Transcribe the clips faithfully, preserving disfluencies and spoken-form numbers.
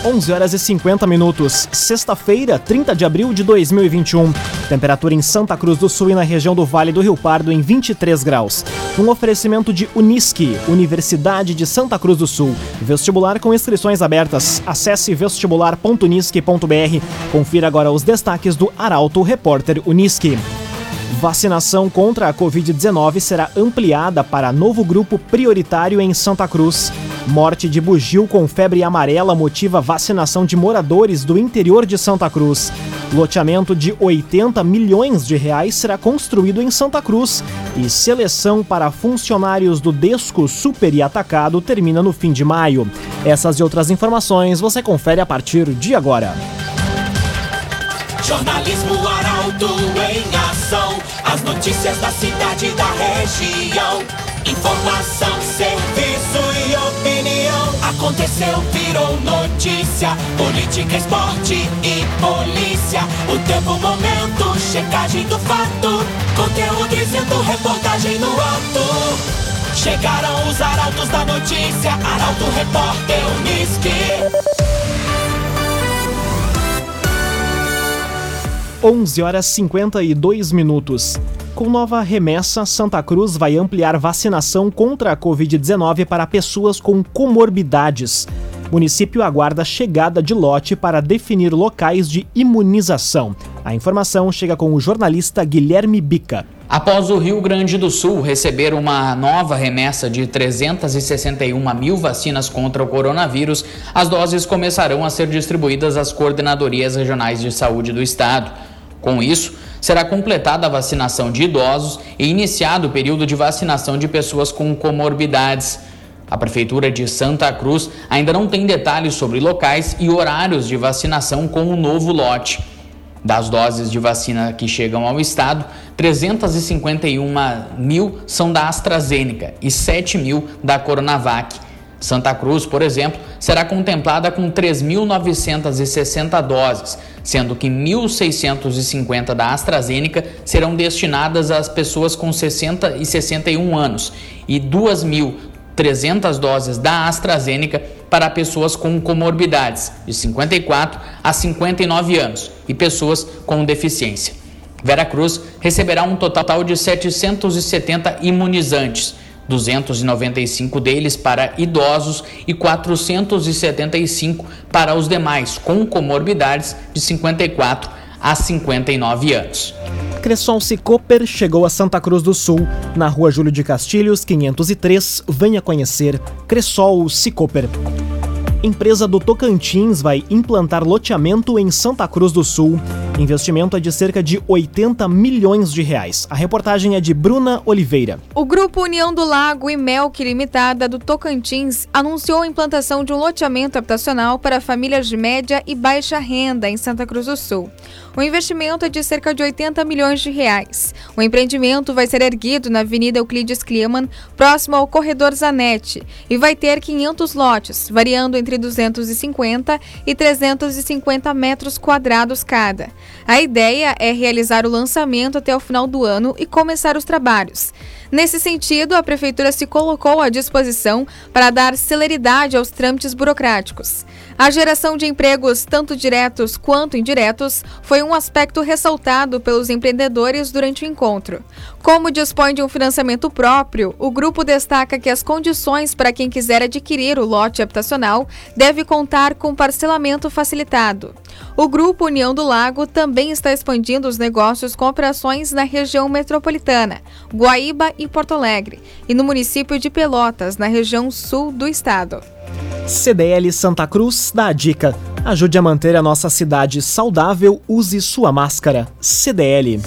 onze horas e cinquenta minutos, sexta-feira, trinta de abril de dois mil e vinte e um. Temperatura em Santa Cruz do Sul e na região do Vale do Rio Pardo em vinte e três graus. Um oferecimento de Unisque, Universidade de Santa Cruz do Sul. Vestibular com inscrições abertas. Acesse vestibular ponto unisque ponto b r. Confira agora os destaques do Arauto Repórter Unisque. Vacinação contra a covid dezenove será ampliada para novo grupo prioritário em Santa Cruz. Morte de bugio com febre amarela motiva vacinação de moradores do interior de Santa Cruz. Loteamento de oitenta milhões de reais será construído em Santa Cruz. E seleção para funcionários do Desco Super e Atacado termina no fim de maio. Essas e outras informações você confere a partir de agora. Jornalismo Arauto em ação. As notícias da cidade e da região. Informação, serviço e opinião. Aconteceu, virou notícia. Política, esporte e polícia. O tempo, momento, checagem do fato. Conteúdo dizendo, reportagem no ato. Chegaram os arautos da notícia. Arauto Repórter Unisque. onze horas e cinquenta e dois minutos. Com nova remessa, Santa Cruz vai ampliar vacinação contra a covid dezenove para pessoas com comorbidades. O município aguarda a chegada de lote para definir locais de imunização. A informação chega com o jornalista Guilherme Bica. Após o Rio Grande do Sul receber uma nova remessa de trezentas e sessenta e uma mil vacinas contra o coronavírus, as doses começarão a ser distribuídas às coordenadorias regionais de saúde do estado. Com isso, será completada a vacinação de idosos e iniciado o período de vacinação de pessoas com comorbidades. A Prefeitura de Santa Cruz ainda não tem detalhes sobre locais e horários de vacinação com o novo lote. Das doses de vacina que chegam ao estado, trezentas e cinquenta e uma mil são da AstraZeneca e sete mil da Coronavac. Santa Cruz, por exemplo, será contemplada com três mil novecentas e sessenta doses, sendo que mil seiscentas e cinquenta da AstraZeneca serão destinadas às pessoas com sessenta e sessenta e um anos e duas mil trezentas doses da AstraZeneca para pessoas com comorbidades de cinquenta e quatro a cinquenta e nove anos e pessoas com deficiência. Veracruz receberá um total de setecentos e setenta imunizantes, duzentos e noventa e cinco deles para idosos e quatrocentos e setenta e cinco para os demais com comorbidades de cinquenta e quatro a cinquenta e nove anos. Cressol Cicoper chegou a Santa Cruz do Sul, na rua Júlio de Castilhos, quinhentos e três. Venha conhecer Cressol Cicoper. Empresa do Tocantins vai implantar loteamento em Santa Cruz do Sul. Investimento é de cerca de oitenta milhões de reais. A reportagem é de Bruna Oliveira. O Grupo União do Lago e Melk Limitada do Tocantins anunciou a implantação de um loteamento habitacional para famílias de média e baixa renda em Santa Cruz do Sul. O investimento é de cerca de oitenta milhões de reais. O empreendimento vai ser erguido na Avenida Euclides Kleman, próximo ao Corredor Zanetti, e vai ter quinhentos lotes, variando entre duzentos e cinquenta e trezentos e cinquenta metros quadrados cada. A ideia é realizar o lançamento até o final do ano e começar os trabalhos. Nesse sentido, a Prefeitura se colocou à disposição para dar celeridade aos trâmites burocráticos. A geração de empregos, tanto diretos quanto indiretos, foi um aspecto ressaltado pelos empreendedores durante o encontro. Como dispõe de um financiamento próprio, o grupo destaca que as condições para quem quiser adquirir o lote habitacional deve contar com parcelamento facilitado. O Grupo União do Lago também está expandindo os negócios com operações na região metropolitana, Guaíba e Porto Alegre, e no município de Pelotas, na região sul do estado. C D L Santa Cruz dá a dica. Ajude a manter a nossa cidade saudável, use sua máscara. C D L.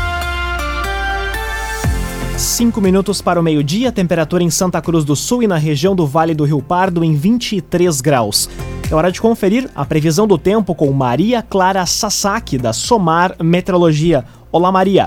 Cinco minutos para o meio-dia, temperatura em Santa Cruz do Sul e na região do Vale do Rio Pardo em vinte e três graus. É hora de conferir a previsão do tempo com Maria Clara Sasaki, da Somar Meteorologia. Olá, Maria.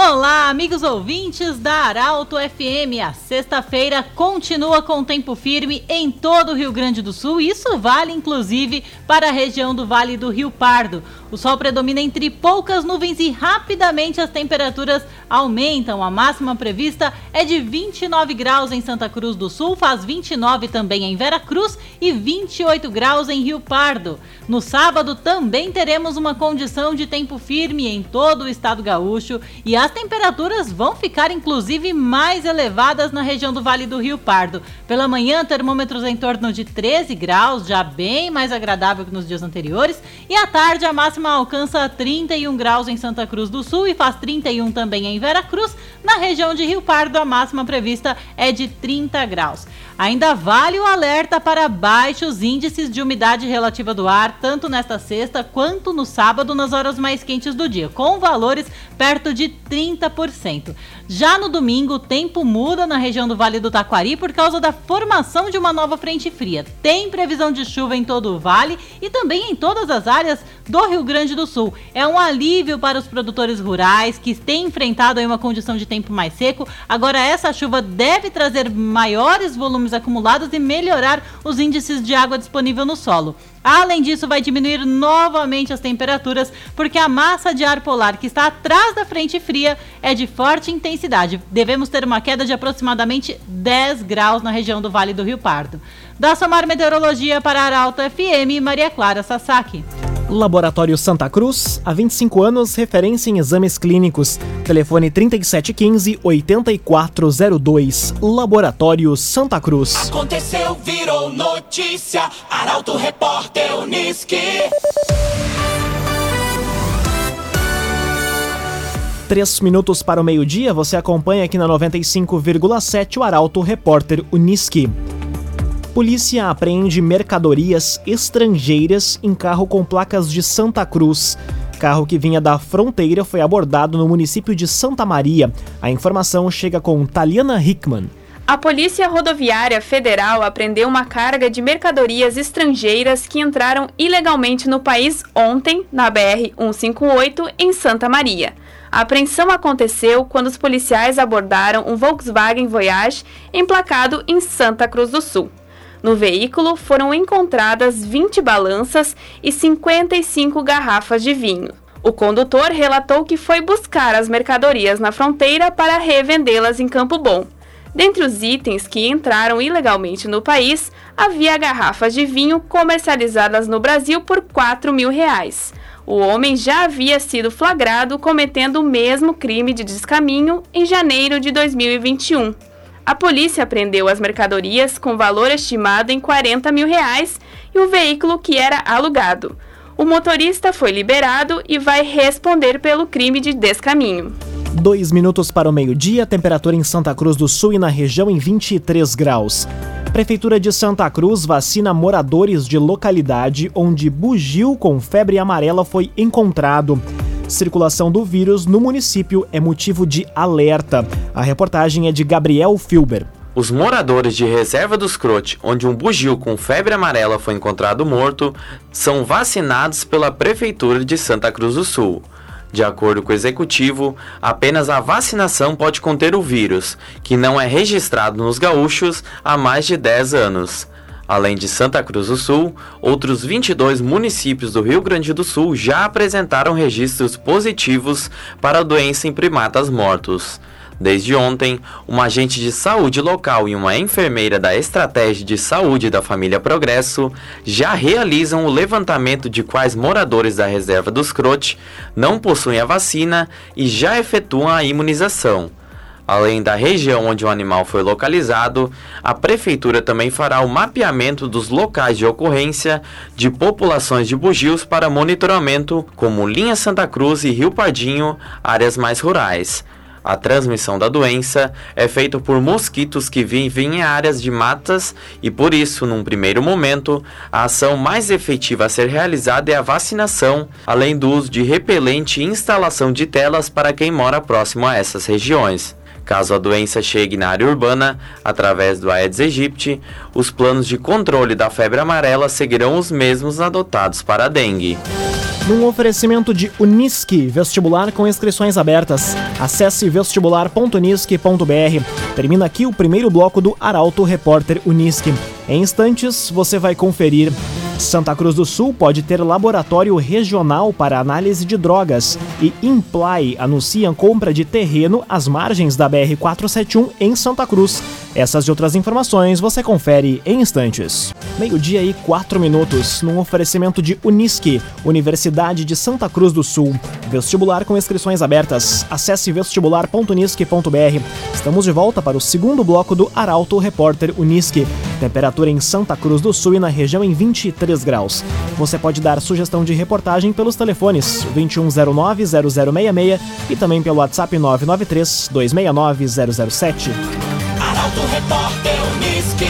Olá, amigos ouvintes da Arauto F M. A sexta-feira continua com tempo firme em todo o Rio Grande do Sul. Isso vale, inclusive, para a região do Vale do Rio Pardo. O sol predomina entre poucas nuvens e rapidamente as temperaturas aumentam. A máxima prevista é de vinte e nove graus em Santa Cruz do Sul, faz vinte e nove também em Vera Cruz e vinte e oito graus em Rio Pardo. No sábado também teremos uma condição de tempo firme em todo o estado gaúcho e as temperaturas vão ficar inclusive mais elevadas na região do Vale do Rio Pardo. Pela manhã, termômetros em torno de treze graus, já bem mais agradável que nos dias anteriores, e à tarde a máxima alcança trinta e um graus em Santa Cruz do Sul e faz trinta e um também em Vera Cruz. Na região de Rio Pardo, a máxima prevista é de trinta graus. Ainda vale o alerta para baixos índices de umidade relativa do ar, tanto nesta sexta quanto no sábado, nas horas mais quentes do dia, com valores perto de trinta por cento. Já no domingo, o tempo muda na região do Vale do Taquari por causa da formação de uma nova frente fria. Tem previsão de chuva em todo o vale e também em todas as áreas do Rio Grande do Sul. É um alívio para os produtores rurais que têm enfrentado aí uma condição de tempo mais seco. Agora, essa chuva deve trazer maiores volumes acumulados e melhorar os índices de água disponível no solo. Além disso, vai diminuir novamente as temperaturas, porque a massa de ar polar que está atrás da frente fria é de forte intensidade. Devemos ter uma queda de aproximadamente dez graus na região do Vale do Rio Pardo. Da Somar Meteorologia para a Arauto F M, Maria Clara Sasaki. Laboratório Santa Cruz, há vinte e cinco anos, referência em exames clínicos. Telefone trinta e sete quinze, oitenta e quatro zero dois. Laboratório Santa Cruz. Aconteceu, virou notícia. Arauto Repórter Unisque. Três minutos para o meio-dia, você acompanha aqui na noventa e cinco vírgula sete o Arauto Repórter Unisque. Polícia apreende mercadorias estrangeiras em carro com placas de Santa Cruz. Carro que vinha da fronteira foi abordado no município de Santa Maria. A informação chega com Taliana Hickman. A Polícia Rodoviária Federal apreendeu uma carga de mercadorias estrangeiras que entraram ilegalmente no país ontem, na B R cento e cinquenta e oito, em Santa Maria. A apreensão aconteceu quando os policiais abordaram um Volkswagen Voyage emplacado em Santa Cruz do Sul. No veículo foram encontradas vinte balanças e cinquenta e cinco garrafas de vinho. O condutor relatou que foi buscar as mercadorias na fronteira para revendê-las em Campo Bom. Dentre os itens que entraram ilegalmente no país, havia garrafas de vinho comercializadas no Brasil por quatro mil reais. O homem já havia sido flagrado cometendo o mesmo crime de descaminho em janeiro de dois mil e vinte e um. A polícia apreendeu as mercadorias com valor estimado em quarenta mil reais e o veículo que era alugado. O motorista foi liberado e vai responder pelo crime de descaminho. Dois minutos para o meio-dia, temperatura em Santa Cruz do Sul e na região em vinte e três graus. Prefeitura de Santa Cruz vacina moradores de localidade onde bugio com febre amarela foi encontrado. Circulação do vírus no município é motivo de alerta. A reportagem é de Gabriel Filber. Os moradores de Reserva dos Crote, onde um bugio com febre amarela foi encontrado morto, são vacinados pela Prefeitura de Santa Cruz do Sul. De acordo com o executivo, apenas a vacinação pode conter o vírus, que não é registrado nos gaúchos há mais de dez anos. Além de Santa Cruz do Sul, outros vinte e dois municípios do Rio Grande do Sul já apresentaram registros positivos para a doença em primatas mortos. Desde ontem, uma agente de saúde local e uma enfermeira da Estratégia de Saúde da Família Progresso já realizam o levantamento de quais moradores da Reserva dos Crote não possuem a vacina e já efetuam a imunização. Além da região onde o animal foi localizado, a Prefeitura também fará o mapeamento dos locais de ocorrência de populações de bugios para monitoramento, como Linha Santa Cruz e Rio Pardinho, áreas mais rurais. A transmissão da doença é feita por mosquitos que vivem em áreas de matas e, por isso, num primeiro momento, a ação mais efetiva a ser realizada é a vacinação, além do uso de repelente e instalação de telas para quem mora próximo a essas regiões. Caso a doença chegue na área urbana, através do Aedes aegypti, os planos de controle da febre amarela seguirão os mesmos adotados para a dengue. Num oferecimento de Unisque, vestibular com inscrições abertas. Acesse vestibular ponto unisque ponto b r. Termina aqui o primeiro bloco do Arauto Repórter Unisque. Em instantes, você vai conferir. Santa Cruz do Sul pode ter laboratório regional para análise de drogas e Imply anuncia compra de terreno às margens da B R quatrocentos e setenta e um em Santa Cruz. Essas e outras informações você confere em instantes. Meio-dia e quatro minutos, num oferecimento de Unisque, Universidade de Santa Cruz do Sul. Vestibular com inscrições abertas. Acesse vestibular ponto unisque ponto b r. Estamos de volta para o segundo bloco do Arauto Repórter Unisque. Temperatura em Santa Cruz do Sul e na região em vinte e três graus. Você pode dar sugestão de reportagem pelos telefones vinte e um zero nove, zero zero seis seis e também pelo WhatsApp nove nove três, dois seis nove, zero zero sete. Arauto Repórter Unisque.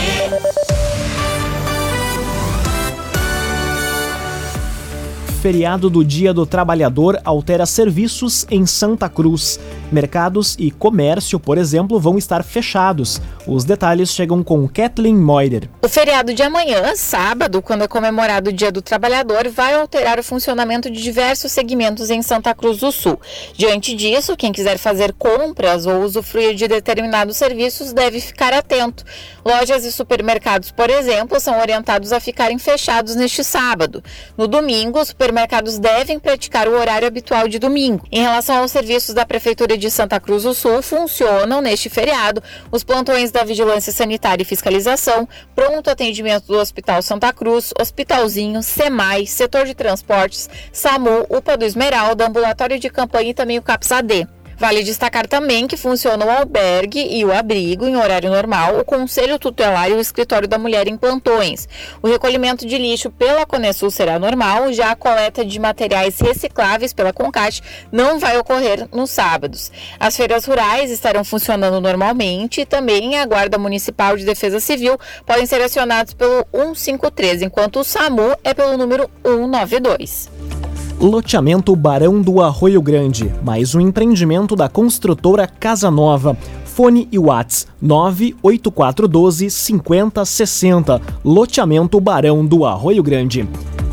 Feriado do Dia do Trabalhador altera serviços em Santa Cruz. Mercados e comércio, por exemplo, vão estar fechados. Os detalhes chegam com Kathleen Moider. O feriado de amanhã, sábado, quando é comemorado o Dia do Trabalhador, vai alterar o funcionamento de diversos segmentos em Santa Cruz do Sul. Diante disso, quem quiser fazer compras ou usufruir de determinados serviços deve ficar atento. Lojas e supermercados, por exemplo, são orientados a ficarem fechados neste sábado. No domingo, os supermercados devem praticar o horário habitual de domingo. Em relação aos serviços da Prefeitura de Santa Cruz do Sul, funcionam neste feriado os plantões da Vigilância Sanitária e Fiscalização, pronto atendimento do Hospital Santa Cruz, Hospitalzinho, SEMAI, Setor de Transportes, SAMU, UPA do Esmeralda, Ambulatório de Campanha e também o CAPSAD. Vale destacar também que funcionam o albergue e o abrigo em horário normal, o Conselho Tutelar e o Escritório da Mulher em plantões. O recolhimento de lixo pela Conesul será normal, já a coleta de materiais recicláveis pela Concat não vai ocorrer nos sábados. As feiras rurais estarão funcionando normalmente e também a Guarda Municipal de Defesa Civil podem ser acionados pelo um cinco três, enquanto o SAMU é pelo número um nove dois. Loteamento Barão do Arroio Grande, mais um empreendimento da construtora Casa Nova. Fone e Whats nove oito quatro um dois, cinco zero seis zero. Loteamento Barão do Arroio Grande.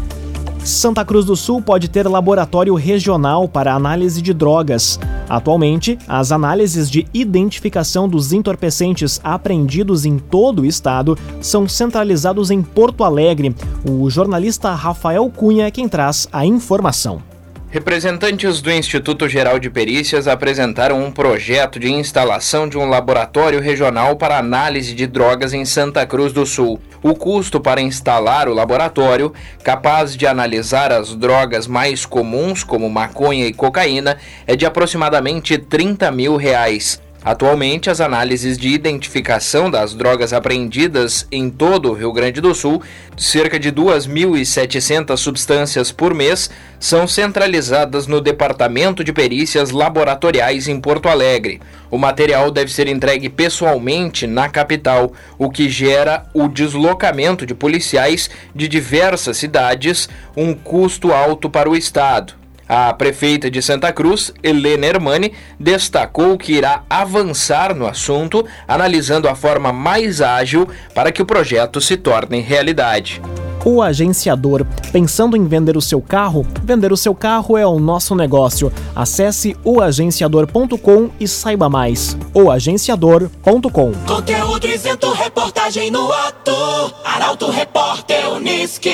Santa Cruz do Sul pode ter laboratório regional para análise de drogas. Atualmente, as análises de identificação dos entorpecentes apreendidos em todo o estado são centralizados em Porto Alegre. O jornalista Rafael Cunha é quem traz a informação. Representantes do Instituto Geral de Perícias apresentaram um projeto de instalação de um laboratório regional para análise de drogas em Santa Cruz do Sul. O custo para instalar o laboratório, capaz de analisar as drogas mais comuns, como maconha e cocaína, é de aproximadamente trinta mil reais. Atualmente, as análises de identificação das drogas apreendidas em todo o Rio Grande do Sul, cerca de duas mil e setecentas substâncias por mês, são centralizadas no Departamento de Perícias Laboratoriais em Porto Alegre. O material deve ser entregue pessoalmente na capital, o que gera o deslocamento de policiais de diversas cidades, um custo alto para o Estado. A prefeita de Santa Cruz, Helena Hermani, destacou que irá avançar no assunto, analisando a forma mais ágil para que o projeto se torne realidade. O agenciador. Pensando em vender o seu carro? Vender o seu carro é o nosso negócio. Acesse o agenciador ponto com e saiba mais. o agenciador ponto com. Conteúdo isento, reportagem no ato. Arauto Repórter Unisque.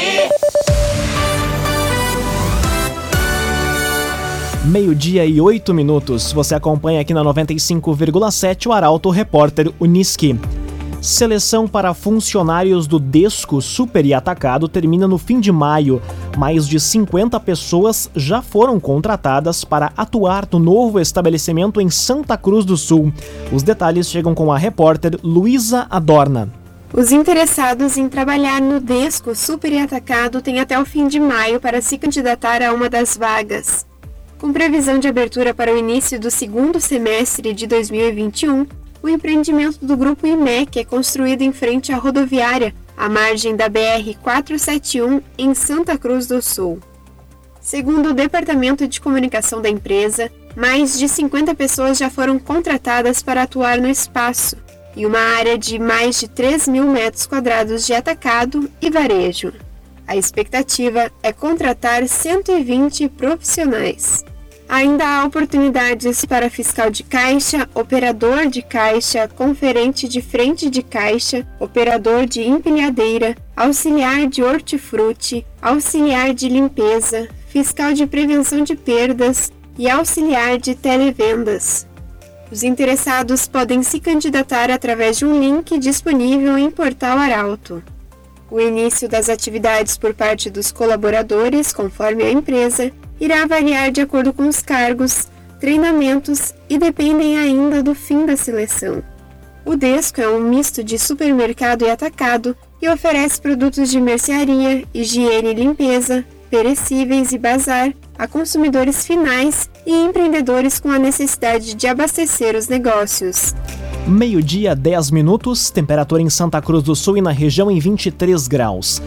Meio-dia e oito minutos. Você acompanha aqui na noventa e cinco vírgula sete o Arauto Repórter Unisque. Seleção para funcionários do Desco Super e Atacado termina no fim de maio. Mais de cinquenta pessoas já foram contratadas para atuar no novo estabelecimento em Santa Cruz do Sul. Os detalhes chegam com a repórter Luísa Adorna. Os interessados em trabalhar no Desco Super e Atacado têm até o fim de maio para se candidatar a uma das vagas. Com previsão de abertura para o início do segundo semestre de dois mil e vinte e um, o empreendimento do Grupo I M E C é construído em frente à rodoviária, à margem da B R quatrocentos e setenta e um, em Santa Cruz do Sul. Segundo o Departamento de Comunicação da empresa, mais de cinquenta pessoas já foram contratadas para atuar no espaço, e uma área de mais de três mil metros quadrados de atacado e varejo. A expectativa é contratar cento e vinte profissionais. Ainda há oportunidades para fiscal de caixa, operador de caixa, conferente de frente de caixa, operador de empilhadeira, auxiliar de hortifruti, auxiliar de limpeza, fiscal de prevenção de perdas e auxiliar de televendas. Os interessados podem se candidatar através de um link disponível em Portal Arauto. O início das atividades por parte dos colaboradores, conforme a empresa, irá variar de acordo com os cargos, treinamentos e dependem ainda do fim da seleção. O Desco é um misto de supermercado e atacado e oferece produtos de mercearia, higiene e limpeza, perecíveis e bazar a consumidores finais e empreendedores com a necessidade de abastecer os negócios. Meio-dia, dez minutos, temperatura em Santa Cruz do Sul e na região em vinte e três graus.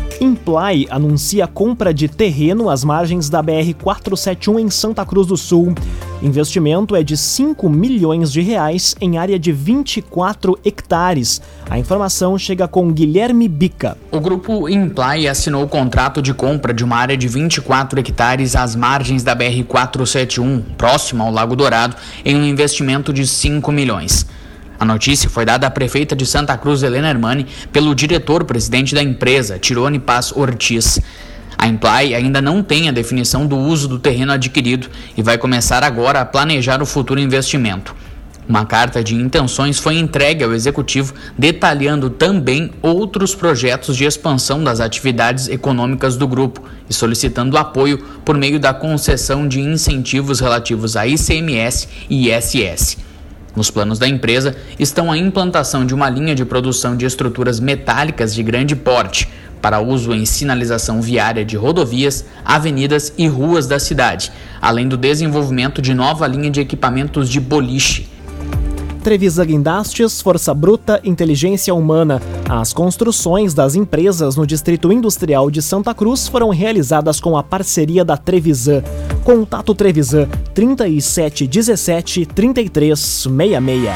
Imply anuncia compra de terreno às margens da B R quatrocentos e setenta e um em Santa Cruz do Sul. Investimento é de cinco milhões de reais em área de vinte e quatro hectares. A informação chega com Guilherme Bica. O grupo Imply assinou o contrato de compra de uma área de vinte e quatro hectares às margens da B R quatrocentos e setenta e um, próxima ao Lago Dourado, em um investimento de cinco milhões. A notícia foi dada à prefeita de Santa Cruz, Helena Hermani, pelo diretor-presidente da empresa, Tirone Paz Ortiz. A Imply ainda não tem a definição do uso do terreno adquirido e vai começar agora a planejar o futuro investimento. Uma carta de intenções foi entregue ao executivo, detalhando também outros projetos de expansão das atividades econômicas do grupo e solicitando apoio por meio da concessão de incentivos relativos a I C M S e I S S. Nos planos da empresa estão a implantação de uma linha de produção de estruturas metálicas de grande porte para uso em sinalização viária de rodovias, avenidas e ruas da cidade, além do desenvolvimento de nova linha de equipamentos de boliche. Trevisan Guindastes, Força Bruta, Inteligência Humana. As construções das empresas no Distrito Industrial de Santa Cruz foram realizadas com a parceria da Trevisan. Contato Trevisan trinta e sete dezessete, trinta e três sessenta e seis.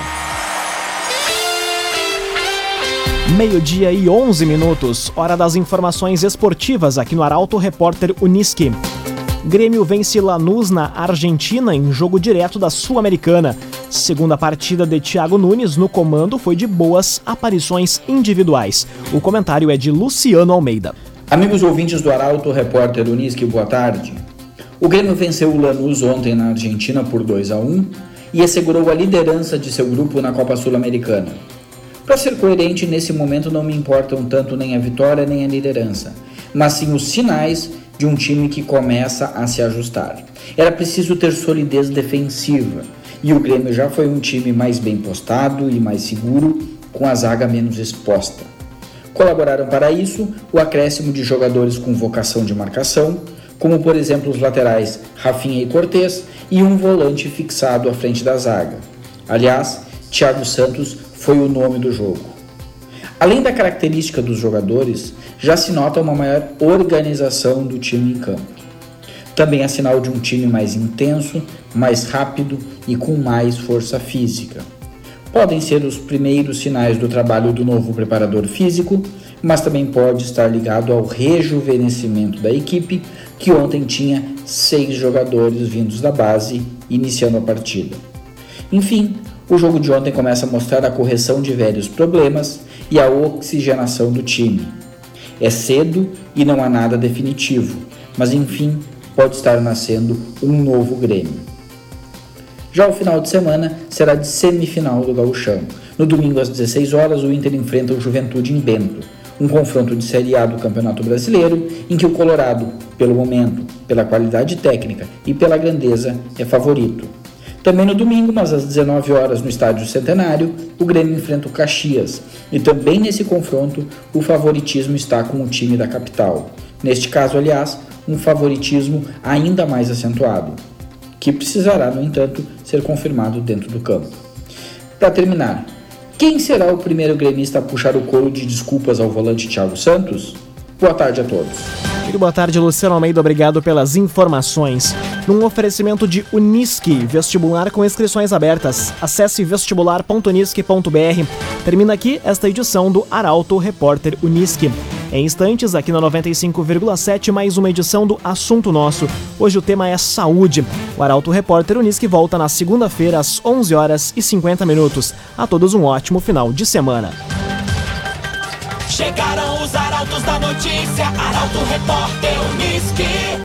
Meio-dia e onze minutos, hora das informações esportivas aqui no Arauto Repórter Unisque. Grêmio vence Lanús na Argentina em jogo direto da Sul-Americana. Segunda partida de Thiago Nunes no comando foi de boas aparições individuais. O comentário é de Luciano Almeida. Amigos ouvintes do Arauto Repórter Unisque, boa tarde. O Grêmio venceu o Lanús ontem na Argentina por dois a um e assegurou a liderança de seu grupo na Copa Sul-Americana. Para ser coerente, nesse momento não me importam tanto nem a vitória nem a liderança, mas sim os sinais de um time que começa a se ajustar. Era preciso ter solidez defensiva, e o Grêmio já foi um time mais bem postado e mais seguro, com a zaga menos exposta. Colaboraram para isso o acréscimo de jogadores com vocação de marcação, como por exemplo os laterais Rafinha e Cortez e um volante fixado à frente da zaga. Aliás, Thiago Santos foi o nome do jogo. Além da característica dos jogadores, já se nota uma maior organização do time em campo. Também é sinal de um time mais intenso, mais rápido e com mais força física. Podem ser os primeiros sinais do trabalho do novo preparador físico, mas também pode estar ligado ao rejuvenescimento da equipe, que ontem tinha seis jogadores vindos da base, iniciando a partida. Enfim, o jogo de ontem começa a mostrar a correção de velhos problemas e a oxigenação do time. É cedo e não há nada definitivo, mas enfim, pode estar nascendo um novo Grêmio. Já o final de semana será de semifinal do Gauchão. No domingo às dezesseis horas, o Inter enfrenta o Juventude em Bento, um confronto de Série A do Campeonato Brasileiro, em que o Colorado, pelo momento, pela qualidade técnica e pela grandeza, é favorito. Também no domingo, mas às dezenove horas no Estádio Centenário, o Grêmio enfrenta o Caxias, e também nesse confronto o favoritismo está com o time da capital. Neste caso, aliás, um favoritismo ainda mais acentuado, que precisará, no entanto, ser confirmado dentro do campo. Para terminar, quem será o primeiro gremista a puxar o coro de desculpas ao volante Thiago Santos? Boa tarde a todos. E boa tarde, Luciano Almeida, obrigado pelas informações. Num oferecimento de Unisque, vestibular com inscrições abertas. Acesse vestibular ponto unisque ponto b r. Termina aqui esta edição do Arauto Repórter Unisque. Em instantes, aqui na noventa e cinco vírgula sete, mais uma edição do Assunto Nosso. Hoje o tema é saúde. O Arauto Repórter Unisque volta na segunda-feira às onze horas e cinquenta minutos. A todos um ótimo final de semana. Chegaram os arautos da notícia, Arauto Repórter Unisque.